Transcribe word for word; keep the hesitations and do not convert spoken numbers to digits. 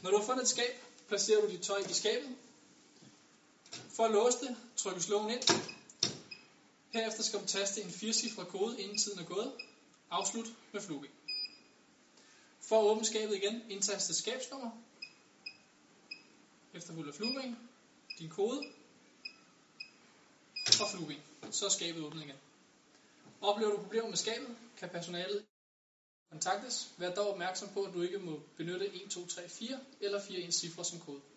Når du har fundet et skab, placerer du dit tøj i skabet. For at låse det, trykkes lågen ind. Herefter skal du taste en firecifret kode, inden tiden er gået. Afslut med flueben. For at åbne skabet igen, indtaste skabsnummer. Efterfulgt af flueben, din kode og flueben. Så er skabet åbnet igen. Oplever du problemer med skabet, kan personalet kontaktes. Vær dog opmærksom på, at du ikke må benytte et to tre fire eller fire en cifre som kode.